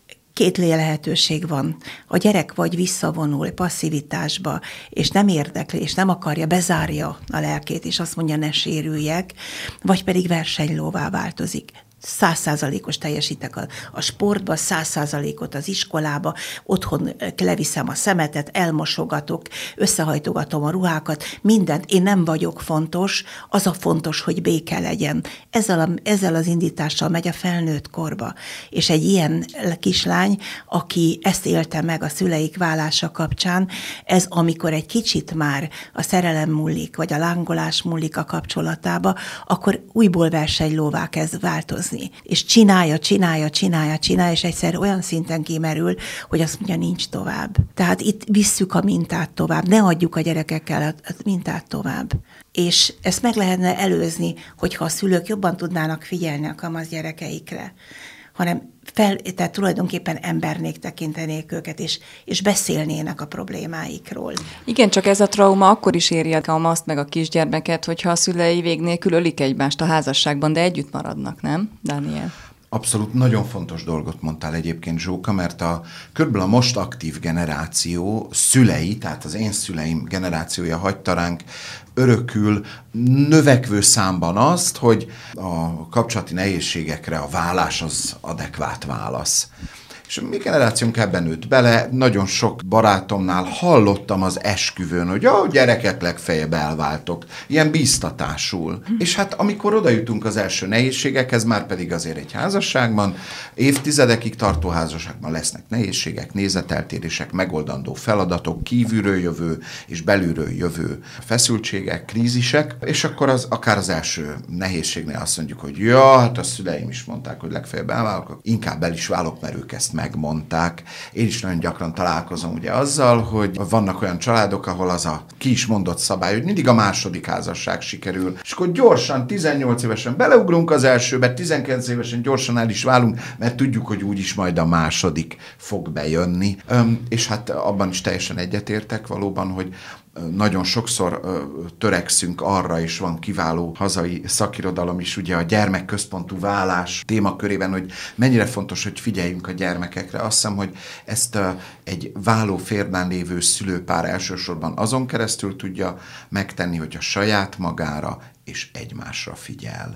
2 lehetőség van. A gyerek vagy visszavonul passzivitásba, és nem érdekli, és nem akarja, bezárja a lelkét, és azt mondja, ne sérüljek, vagy pedig versenylóvá változik. 100%-os teljesítek a sportba, 100%-ot az iskolába, otthon leviszem a szemetet, elmosogatok, összehajtogatom a ruhákat, mindent. Én nem vagyok fontos, az a fontos, hogy béke legyen. Ezzel az indítással megy a felnőtt korba. És egy ilyen kislány, aki ezt élte meg a szüleik válása kapcsán, ez amikor egy kicsit már a szerelem múlik, vagy a lángolás múlik a kapcsolatába, akkor újból versenylóvá kezd változni. És csinálja, és egyszer olyan szinten kimerül, hogy azt mondja, nincs tovább. Tehát itt visszük a mintát tovább, ne adjuk a gyerekekkel a mintát tovább. És ezt meg lehetne előzni, hogyha a szülők jobban tudnának figyelni a kamasz gyerekeikre. hanem tehát tulajdonképpen embernék tekintenék őket, és beszélnének a problémáikról. Igen, csak ez a trauma akkor is éri a kamaszt meg a kisgyermeket, hogyha a szülei vég nélkül ölik egymást a házasságban, de együtt maradnak, nem, Dániel? Abszolút nagyon fontos dolgot mondtál egyébként, Zsóka, mert körülbelül a most aktív generáció szülei, tehát az én szüleim generációja hagyta ránk örökül növekvő számban azt, hogy a kapcsolati nehézségekre a vállás az adekvát válasz. És a mi generációnk ebben nőtt bele, nagyon sok barátomnál hallottam az esküvőn, hogy gyerekek, legfeljebb elváltok, ilyen bíztatásul. És hát amikor oda jutunk az első nehézségekhez, már pedig azért egy házasságban, évtizedekig tartó házasságban lesznek nehézségek, nézeteltérések, megoldandó feladatok, kívülről jövő és belülről jövő feszültségek, krízisek, és akkor akár az első nehézségnél azt mondjuk, hogy hát a szüleim is mondták, hogy legfeljebb elválok, inkább el is válok, mert ők ezt megmondták. Én is nagyon gyakran találkozom ugye azzal, hogy vannak olyan családok, ahol az a ki is mondott szabály, hogy mindig a második házasság sikerül, és akkor gyorsan, 18 évesen beleugrunk az elsőbe, 19 évesen gyorsan el is válunk, mert tudjuk, hogy úgyis majd a második fog bejönni. És hát abban is teljesen egyetértek valóban, hogy nagyon sokszor törekszünk arra, és van kiváló hazai szakirodalom is, ugye a gyermekközpontú válás témakörében, hogy mennyire fontos, hogy figyeljünk a gyermekekre. Azt hiszem, hogy ezt egy váló férnán lévő szülőpár elsősorban azon keresztül tudja megtenni, hogy a saját magára és egymásra figyel.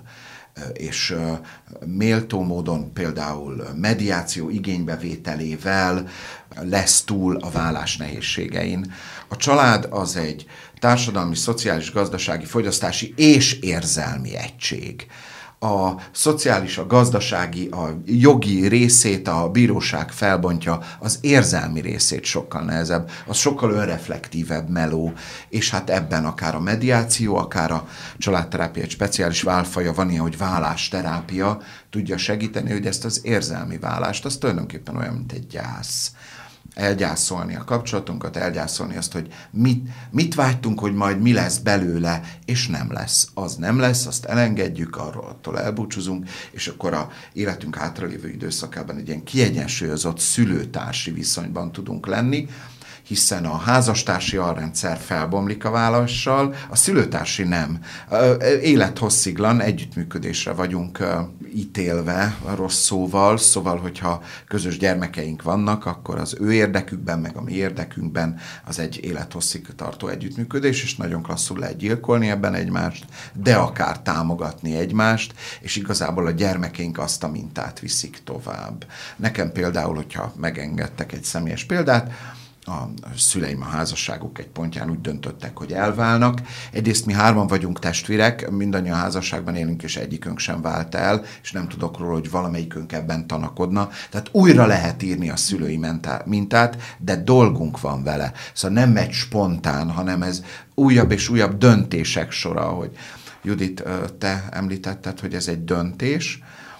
És méltó módon például mediáció igénybevételével lesz túl a válás nehézségein. A család az egy társadalmi, szociális, gazdasági, fogyasztási és érzelmi egység. A szociális, a gazdasági, a jogi részét a bíróság felbontja, az érzelmi részét sokkal nehezebb, az sokkal önreflektívebb meló, és hát ebben akár a mediáció, akár a családterápia egy speciális válfaja van ilyen, hogy válásterápia tudja segíteni, hogy ezt az érzelmi válást, az tulajdonképpen olyan, mint egy gyász. Elgyászolni a kapcsolatunkat, elgyászolni azt, hogy mit vágytunk, hogy majd mi lesz belőle, és nem lesz. Az nem lesz, azt elengedjük, attól elbúcsúzunk, és akkor a életünk hátralévő időszakában egy ilyen kiegyensúlyozott szülőtársi viszonyban tudunk lenni, hiszen a házastársi alrendszer felbomlik a válással, a szülőtársi nem. Élethossziglan együttműködésre vagyunk ítélve rossz szóval, hogyha közös gyermekeink vannak, akkor az ő érdekükben, meg a mi érdekünkben az egy élethosszig tartó együttműködés, és nagyon klasszul lehet gyilkolni ebben egymást, de akár támogatni egymást, és igazából a gyermekeink azt a mintát viszik tovább. Nekem például, hogyha megengedtek egy személyes példát, a szüleim a házasságuk egy pontján úgy döntöttek, hogy elválnak. Egyrészt mi 3 vagyunk testvérek, mindannyian házasságban élünk, és egyikünk sem vált el, és nem tudok róla, hogy valamelyikünk ebben tanakodna. Tehát újra lehet írni a szülői mintát, de dolgunk van vele. Szóval nem megy spontán, hanem ez újabb és újabb döntések sora, ahogy Judit, te említetted, hogy ez egy döntés,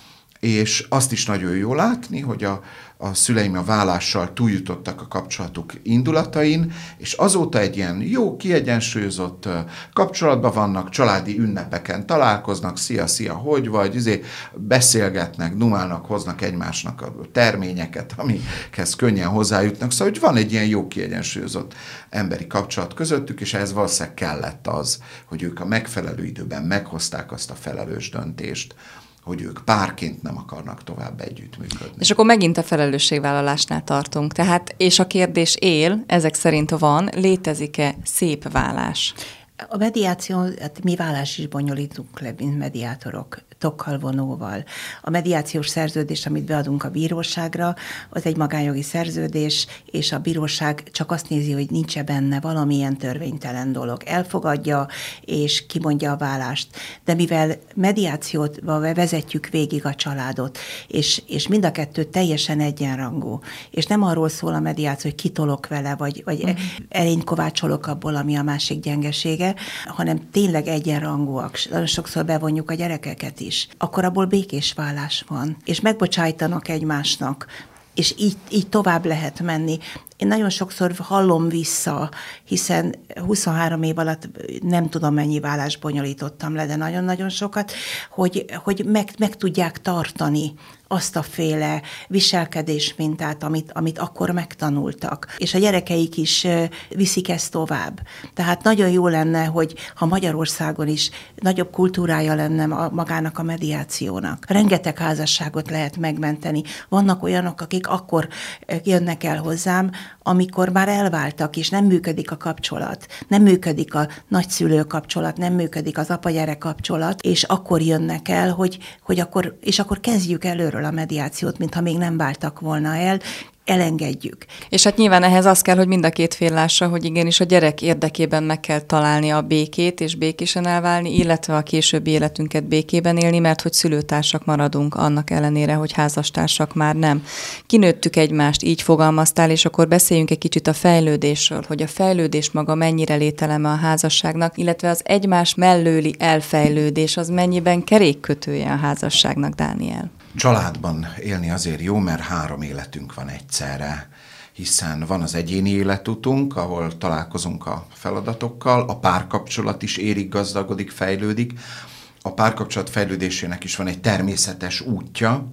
és azt is nagyon jó látni, hogy a szüleim a válással túljutottak a kapcsolatuk indulatain, és azóta egy ilyen jó, kiegyensúlyozott kapcsolatban vannak, családi ünnepeken találkoznak, szia, hogy vagy, beszélgetnek, dumálnak, hoznak egymásnak a terményeket, amikhez könnyen hozzájutnak, szóval hogy van egy ilyen jó, kiegyensúlyozott emberi kapcsolat közöttük, és ehhez valószínűleg kellett az, hogy ők a megfelelő időben meghozták azt a felelős döntést, hogy ők párként nem akarnak tovább együttműködni. És akkor megint a felelősségvállalásnál tartunk. Tehát, és a kérdés él, ezek szerint van, létezik-e szép válás? A mediáció, hát mi vállás is bonyolítunk le, mint mediátorok, tokkal, vonóval. A mediációs szerződés, amit beadunk a bíróságra, az egy magánjogi szerződés, és a bíróság csak azt nézi, hogy nincs-e benne valamilyen törvénytelen dolog. Elfogadja, és kimondja a vállást. De mivel mediációba vezetjük végig a családot, és mind a kettő teljesen egyenrangú, és nem arról szól a mediáció, hogy kitolok vele, vagy elényt kovácsolok abból, ami a másik gyengesége, hanem tényleg egyenrangúak. Nagyon sokszor bevonjuk a gyerekeket is. Akkor abból békés válás van, és megbocsájtanak egymásnak, és így tovább lehet menni. Én nagyon sokszor hallom vissza, hiszen 23 év alatt nem tudom mennyi vállást bonyolítottam le, de nagyon-nagyon sokat, hogy meg tudják tartani azt a féle viselkedésmintát, amit akkor megtanultak. És a gyerekeik is viszik ezt tovább. Tehát nagyon jó lenne, hogy ha Magyarországon is nagyobb kultúrája lenne magának a mediációnak. Rengeteg házasságot lehet megmenteni. Vannak olyanok, akik akkor jönnek el hozzám, amikor már elváltak, és nem működik a kapcsolat, nem működik a nagyszülő kapcsolat, nem működik az apa-gyerek kapcsolat, és akkor jönnek el, hogy akkor kezdjük előről a mediációt, mintha még nem váltak volna el, elengedjük. És hát nyilván ehhez az kell, hogy mind a két fél lássa, hogy igenis a gyerek érdekében meg kell találni a békét, és békésen elválni, illetve a későbbi életünket békében élni, mert hogy szülőtársak maradunk, annak ellenére, hogy házastársak már nem. Kinőttük egymást, így fogalmaztál, és akkor beszéljünk egy kicsit a fejlődésről, hogy a fejlődés maga mennyire lételeme a házasságnak, illetve az egymás mellőli elfejlődés, az mennyiben kerékkötője a házasságnak, Dániel? Családban élni azért jó, mert 3 életünk van egyszerre, hiszen van az egyéni életutunk, ahol találkozunk a feladatokkal, a párkapcsolat is érik, gazdagodik, fejlődik. A párkapcsolat fejlődésének is van egy természetes útja,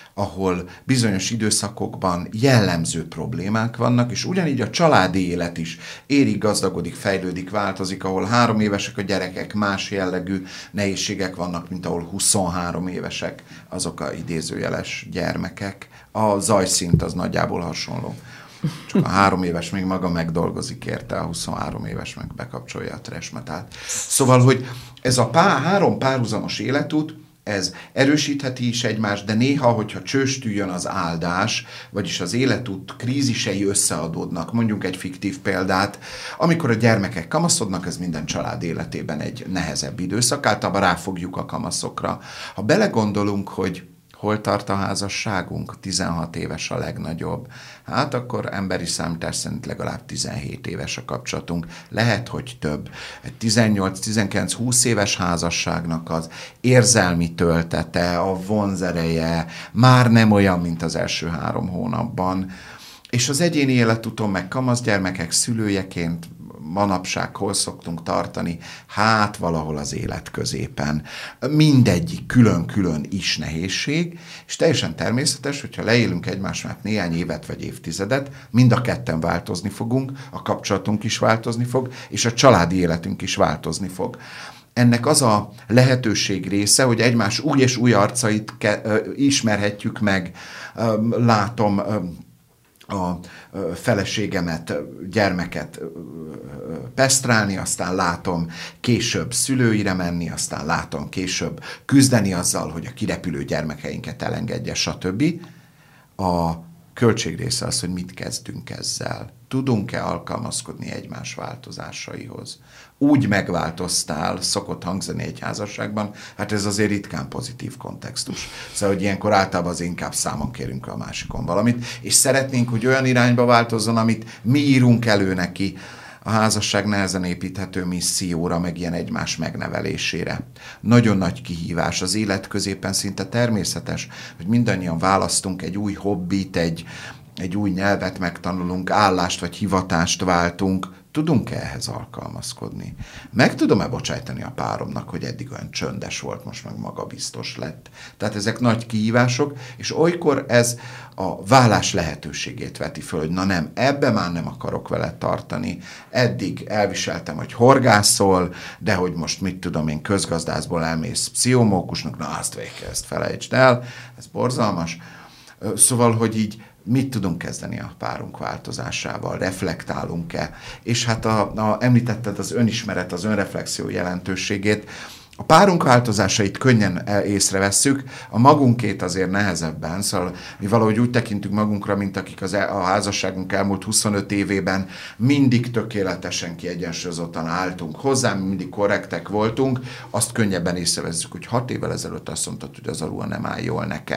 ahol bizonyos időszakokban jellemző problémák vannak, és ugyanígy a családi élet is érik, gazdagodik, fejlődik, változik, ahol 3 évesek a gyerekek, más jellegű nehézségek vannak, mint ahol 23 évesek azok a idézőjeles gyermekek. A zajszint az nagyjából hasonló. Csak a 3 éves még maga megdolgozik érte, a 23 éves meg bekapcsolja a thrash metalt. Szóval, hogy ez a 3 párhuzamos életút, ez erősítheti is egymást, de néha, hogyha csőstül jön az áldás, vagyis az életút krízisei összeadódnak, mondjunk egy fiktív példát, amikor a gyermekek kamaszodnak, ez minden család életében egy nehezebb időszak, általában ráfogjuk a kamaszokra. Ha belegondolunk, hogy hol tart a házasságunk? 16 éves a legnagyobb. Hát akkor emberi számítás szerint legalább 17 éves a kapcsolatunk. Lehet, hogy több. Egy 18-19-20 éves házasságnak az érzelmi töltete, a vonzereje már nem olyan, mint az első 3 hónapban. És az egyéni életuton meg kamaszgyermekek szülőjeként manapság hol szoktunk tartani? Hát valahol az élet középen. Mindegyik külön-külön is nehézség, és teljesen természetes, hogyha leélünk egymás mellett néhány évet vagy évtizedet, mind a ketten változni fogunk, a kapcsolatunk is változni fog, és a családi életünk is változni fog. Ennek az a lehetőség része, hogy egymás új és új arcait ismerhetjük meg, látom a feleségemet, gyermeket pesztrálni, aztán látom később szülőire menni, aztán látom később küzdeni azzal, hogy a kirepülő gyermekeinket elengedje, stb. A költség része az, hogy mit kezdünk ezzel. Tudunk-e alkalmazkodni egymás változásaihoz? Úgy megváltoztál, szokott hangzani egy házasságban, hát ez azért ritkán pozitív kontextus. Szóval, hogy ilyenkor általában az inkább számon kérünk a másikon valamit, és szeretnénk, hogy olyan irányba változzon, amit mi írunk elő neki. A házasság nehezen építhető misszióra, meg ilyen egymás megnevelésére. Nagyon nagy kihívás, az élet középen szinte természetes, hogy mindannyian választunk egy új hobbit, egy új nyelvet megtanulunk, állást vagy hivatást váltunk. Tudunk-e ehhez alkalmazkodni? Meg tudom-e bocsájtani a páromnak, hogy eddig olyan csöndes volt, most meg magabiztos lett? Tehát ezek nagy kihívások, és olykor ez a vállás lehetőségét veti föl, hogy na nem, ebbe már nem akarok veled tartani. Eddig elviseltem, hogy horgászol, de hogy most mit tudom én, közgazdászból elmész pszichomókusnak, na azt végig, ezt felejtsd el, ez borzalmas. Szóval, hogy így mit tudunk kezdeni a párunk változásával, reflektálunk-e? És hát említetted az önismeret, az önreflexió jelentőségét. A párunk változásait könnyen észrevesszük, a magunkét azért nehezebben, szóval mi valahogy úgy tekintünk magunkra, mint akik a házasságunk elmúlt 25 évében mindig tökéletesen kiegyensúlyozottan álltunk hozzá, mindig korrektek voltunk, azt könnyebben észrevesszük, hogy 6 évvel ezelőtt azt mondtad, hogy az alul nem áll jól nekem.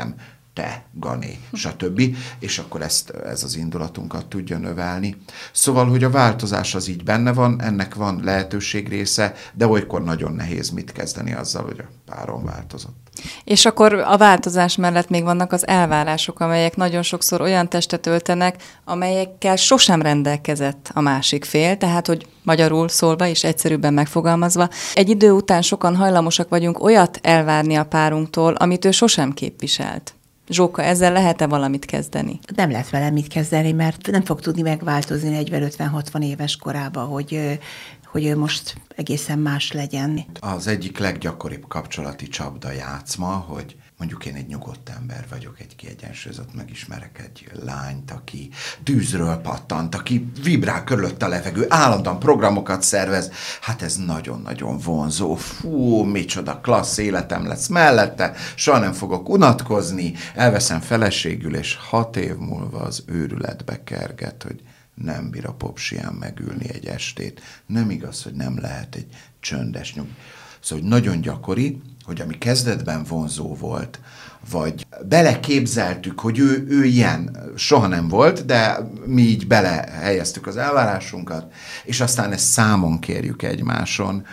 te, Gané, stb. És akkor ez az indulatunkat tudja növelni. Szóval, hogy a változás az így benne van, ennek van lehetőség része, de olykor nagyon nehéz mit kezdeni azzal, hogy a párom változott. És akkor a változás mellett még vannak az elvárások, amelyek nagyon sokszor olyan testet öltenek, amelyekkel sosem rendelkezett a másik fél, tehát, hogy magyarul szólva és egyszerűbben megfogalmazva, egy idő után sokan hajlamosak vagyunk olyat elvárni a párunktól, amit ő sosem képviselt. Zsóka, ezzel lehet-e valamit kezdeni? Nem lehet vele mit kezdeni, mert nem fog tudni megváltozni 40-50-60 éves korában, hogy ő most egészen más legyen. Az egyik leggyakoribb kapcsolati csapdajátszma, hogy mondjuk én egy nyugodt ember vagyok, egy kiegyensúlyozott, megismerek egy lányt, aki tűzről pattant, aki vibrál körülött a levegő, állandóan programokat szervez. Hát ez nagyon-nagyon vonzó. Fú, micsoda klassz életem lesz mellette, soha nem fogok unatkozni, elveszem feleségül, és 6 év múlva az őrületbe kerget, hogy nem bír a popsiján megülni egy estét. Nem igaz, hogy nem lehet egy csöndes nyug. Szóval nagyon gyakori, hogy ami kezdetben vonzó volt, vagy beleképzeltük, hogy ő ilyen soha nem volt, de mi így belehelyeztük az elvárásunkat, és aztán ezt számon kérjük egymáson.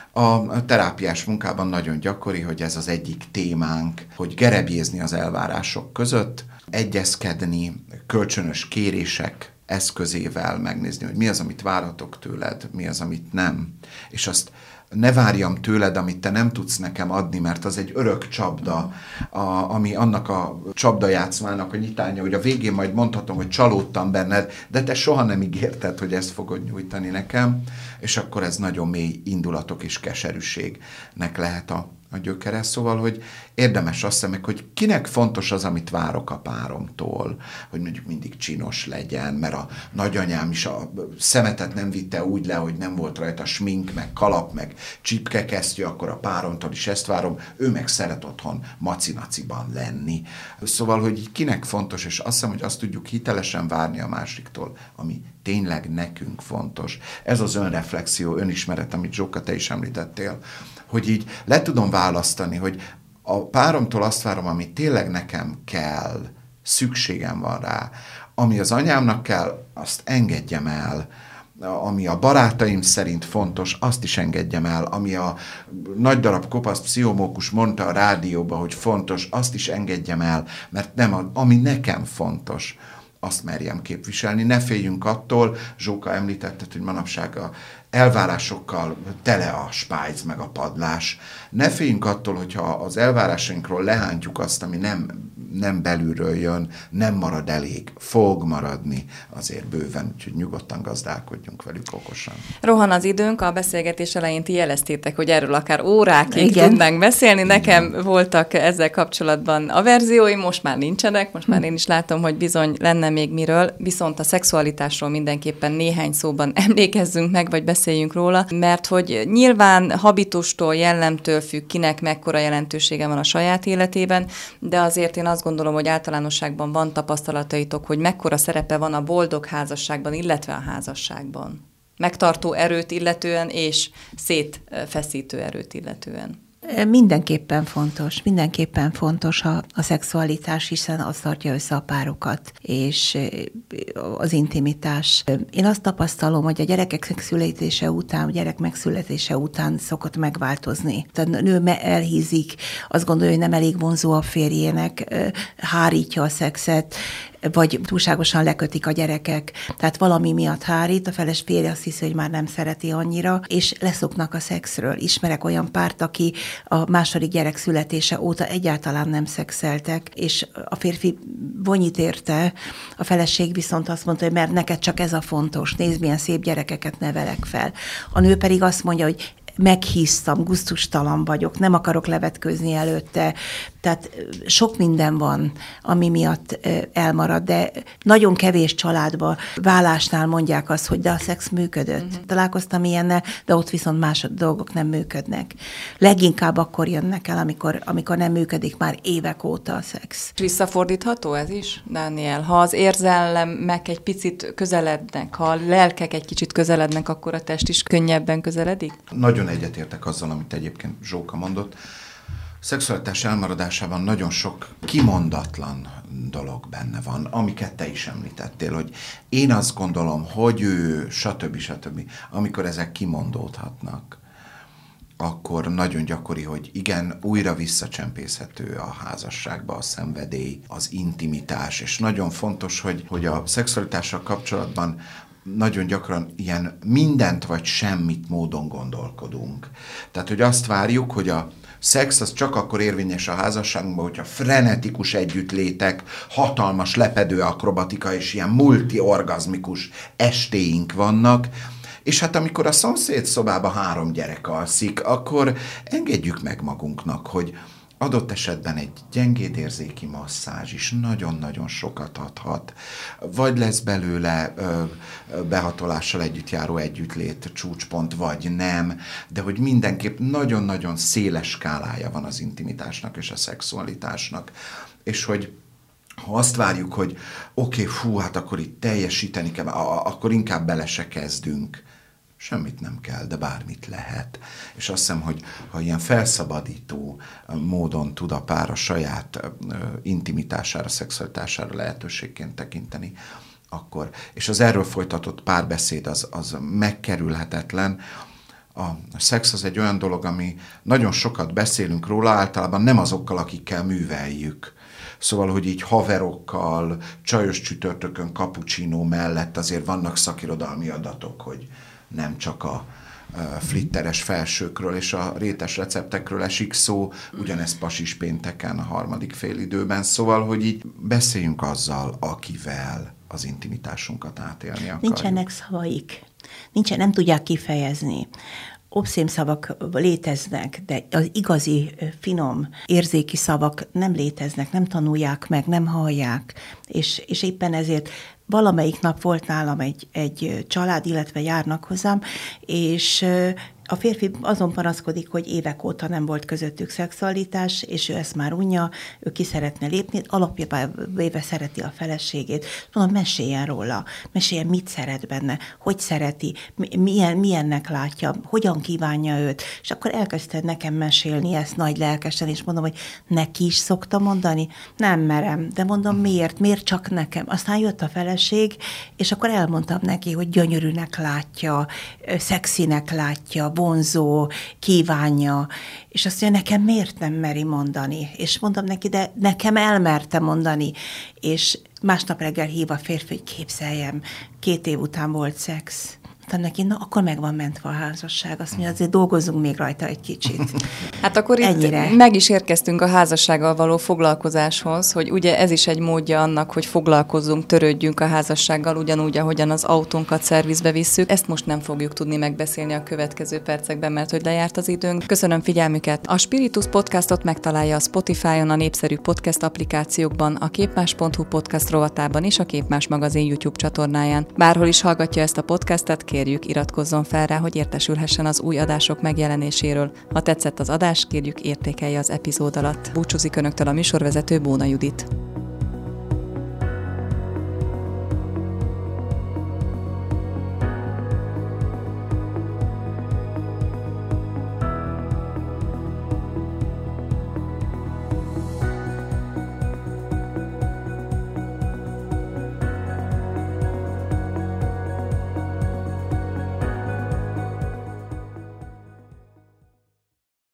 A terápiás munkában nagyon gyakori, hogy ez az egyik témánk, hogy gerebjézni az elvárások között, egyezkedni, kölcsönös kérések eszközével megnézni, hogy mi az, amit várhatok tőled, mi az, amit nem. És azt ne várjam tőled, amit te nem tudsz nekem adni, mert az egy örök csapda, ami annak a csapdajátszmának a nyitánya, hogy a végén majd mondhatom, hogy csalódtam benned, de te soha nem ígérted, hogy ezt fogod nyújtani nekem, és akkor ez nagyon mély indulatok és keserűségnek lehet a gyökere. Szóval, hogy érdemes azt hiszem, hogy kinek fontos az, amit várok a páromtól, hogy mondjuk mindig csinos legyen, mert a nagyanyám is a szemetet nem vitte úgy le, hogy nem volt rajta smink, meg kalap, meg csipkekesztyű, akkor a páromtól is ezt várom, ő meg szeret otthon macinaciban lenni. Szóval, hogy kinek fontos, és azt hiszem, hogy azt tudjuk hitelesen várni a másiktól, ami tényleg nekünk fontos. Ez az önreflexió, önismeret, amit Zsóka, te is említettél, hogy így le tudom választani, hogy a páromtól azt várom, ami tényleg nekem kell, szükségem van rá, ami az anyámnak kell, azt engedjem el, ami a barátaim szerint fontos, azt is engedjem el, ami a nagy darab kopasz pszichomókus mondta a rádióba, hogy fontos, azt is engedjem el, mert nem, ami nekem fontos, azt merjem képviselni. Ne féljünk attól, Zsóka említetted, hogy manapság a elvárásokkal tele a spájz meg a padlás. Ne féljünk attól, hogyha az elvárásainkról lehántjuk azt, ami nem belülről jön, nem marad elég, fog maradni azért bőven, úgyhogy nyugodtan gazdálkodjunk velük okosan. Rohan az időnk, a beszélgetés elején ti jeleztétek, hogy erről akár órákig tudnánk beszélni. Nekem voltak ezzel kapcsolatban averzióim, most már nincsenek, most már én is látom, hogy bizony lenne még miről, viszont a szexualitásról mindenképpen néhány szóban emlékezzünk meg, vagy beszéljünk róla, mert hogy nyilván habitustól, jellemtől függ, kinek mekkora jelentősége van a saját életében, de azért én azt gondolom, hogy általánosságban van tapasztalataitok, hogy mekkora szerepe van a boldog házasságban, illetve a házasságban. Megtartó erőt illetően és szétfeszítő erőt illetően. Mindenképpen fontos a szexualitás, hiszen az tartja össze a párokat, és az intimitás. Én azt tapasztalom, hogy a gyerekek megszületése után, a gyerek megszületése után szokott megváltozni. A nő elhízik, azt gondolja, hogy nem elég vonzó a férjének, hárítja a szexet, vagy túlságosan lekötik a gyerekek, tehát valami miatt hárít, a férje azt hiszi, hogy már nem szereti annyira, és leszoknak a szexről. Ismerek olyan párt, aki a második gyerek születése óta egyáltalán nem szexeltek, és a férfi vonyít érte, a feleség viszont azt mondta, hogy mert neked csak ez a fontos, nézd, milyen szép gyerekeket nevelek fel. A nő pedig azt mondja, hogy meghíztam, gusztustalan vagyok, nem akarok levetkőzni előtte. Tehát sok minden van, ami miatt elmarad, de nagyon kevés családban, válásnál mondják azt, hogy de a szex működött. Uh-huh. Találkoztam ilyennel, de ott viszont más dolgok nem működnek. Leginkább akkor jönnek el, amikor nem működik már évek óta a szex. Visszafordítható ez is, Dániel? Ha az érzelmek egy picit közelednek, ha a lelkek egy kicsit közelednek, akkor a test is könnyebben közeledik? Nagyon egyetértek azzal, amit egyébként Zsóka mondott, szexualitás elmaradásában nagyon sok kimondatlan dolog benne van, amiket te is említettél, hogy én azt gondolom, hogy ő, stb. Amikor ezek kimondódhatnak, akkor nagyon gyakori, hogy igen, újra visszacsempészhető a házasságba a szenvedély, az intimitás, és nagyon fontos, hogy a szexualitással kapcsolatban nagyon gyakran ilyen mindent vagy semmit módon gondolkodunk. Tehát, hogy azt várjuk, hogy a szex az csak akkor érvényes a házasságunkban, hogyha frenetikus együttlétek, hatalmas lepedő akrobatika és ilyen multiorgazmikus estéink vannak, és hát amikor a szomszéd szobában 3 gyerek alszik, akkor engedjük meg magunknak, hogy adott esetben egy gyengédérzéki masszázs is nagyon-nagyon sokat adhat. Vagy lesz belőle behatolással együtt járó együttlét csúcspont, vagy nem, de hogy mindenképp nagyon-nagyon széles skálája van az intimitásnak és a szexualitásnak. És hogy ha azt várjuk, hogy oké, hát akkor itt teljesíteni kell, akkor inkább bele se kezdünk. Semmit nem kell, de bármit lehet. És azt hiszem, hogy ha ilyen felszabadító módon tud a pár a saját intimitására, szexualitására lehetőségként tekinteni, akkor, és az erről folytatott párbeszéd az megkerülhetetlen. A szex az egy olyan dolog, ami nagyon sokat beszélünk róla, általában nem azokkal, akikkel műveljük. Szóval, hogy így haverokkal, csajos csütörtökön cappuccino mellett azért vannak szakirodalmi adatok, hogy nem csak a flitteres felsőkről és a rétes receptekről esik szó, ugyanez pasis pénteken a 3. félidőben. Szóval, hogy így beszéljünk azzal, akivel az intimitásunkat átélni akarjuk. Nincsenek szavaik, nem tudják kifejezni. Obszén szavak léteznek, de az igazi, finom, érzéki szavak nem léteznek, nem tanulják meg, nem hallják, és éppen ezért valamelyik nap volt nálam egy család, illetve járnak hozzám, és a férfi azon panaszkodik, hogy évek óta nem volt közöttük szexualitás, és ő ezt már unja, ő ki szeretne lépni, alapjában véve szereti a feleségét. Mondom, meséljen róla, meséljen, mit szeret benne, hogy szereti, milyennek látja, hogyan kívánja őt. És akkor elkezdte nekem mesélni ezt nagy lelkesen, és mondom, hogy neki is szokta mondani? Nem merem, de mondom, miért csak nekem? Aztán jött a feleség, és akkor elmondtam neki, hogy gyönyörűnek látja, szexinek látja, vonzó, kívánja, és azt mondja, nekem miért nem meri mondani? És mondom neki, de nekem elmerte mondani, és másnap reggel hív a férfi, hogy képzeljem, 2 év után volt szex. Mondtam neki, akkor meg van mentve a házasság. Azt mondja, azért dolgozzunk még rajta egy kicsit. Hát akkor ennyire. Itt meg is érkeztünk a házassággal való foglalkozáshoz, hogy ugye ez is egy módja annak, hogy foglalkozzunk, törődjünk a házassággal, ugyanúgy, ahogyan az autónkat szervizbe visszük. Ezt most nem fogjuk tudni megbeszélni a következő percekben, mert hogy lejárt az időnk. Köszönöm figyelmüket! A Spiritus podcastot megtalálja a Spotify-on, a népszerű podcast applikációkban, a képmás.hu podcast rovatában és a Képmás magazin YouTube csatornáján. Bárhol is hallgatja ezt a podcastet, kérjük, iratkozzon fel rá, hogy értesülhessen az új adások megjelenéséről. Ha tetszett az adás, kérjük, értékelje az epizód alatt. Búcsúzik Önöktől a műsorvezető Bóna Judit.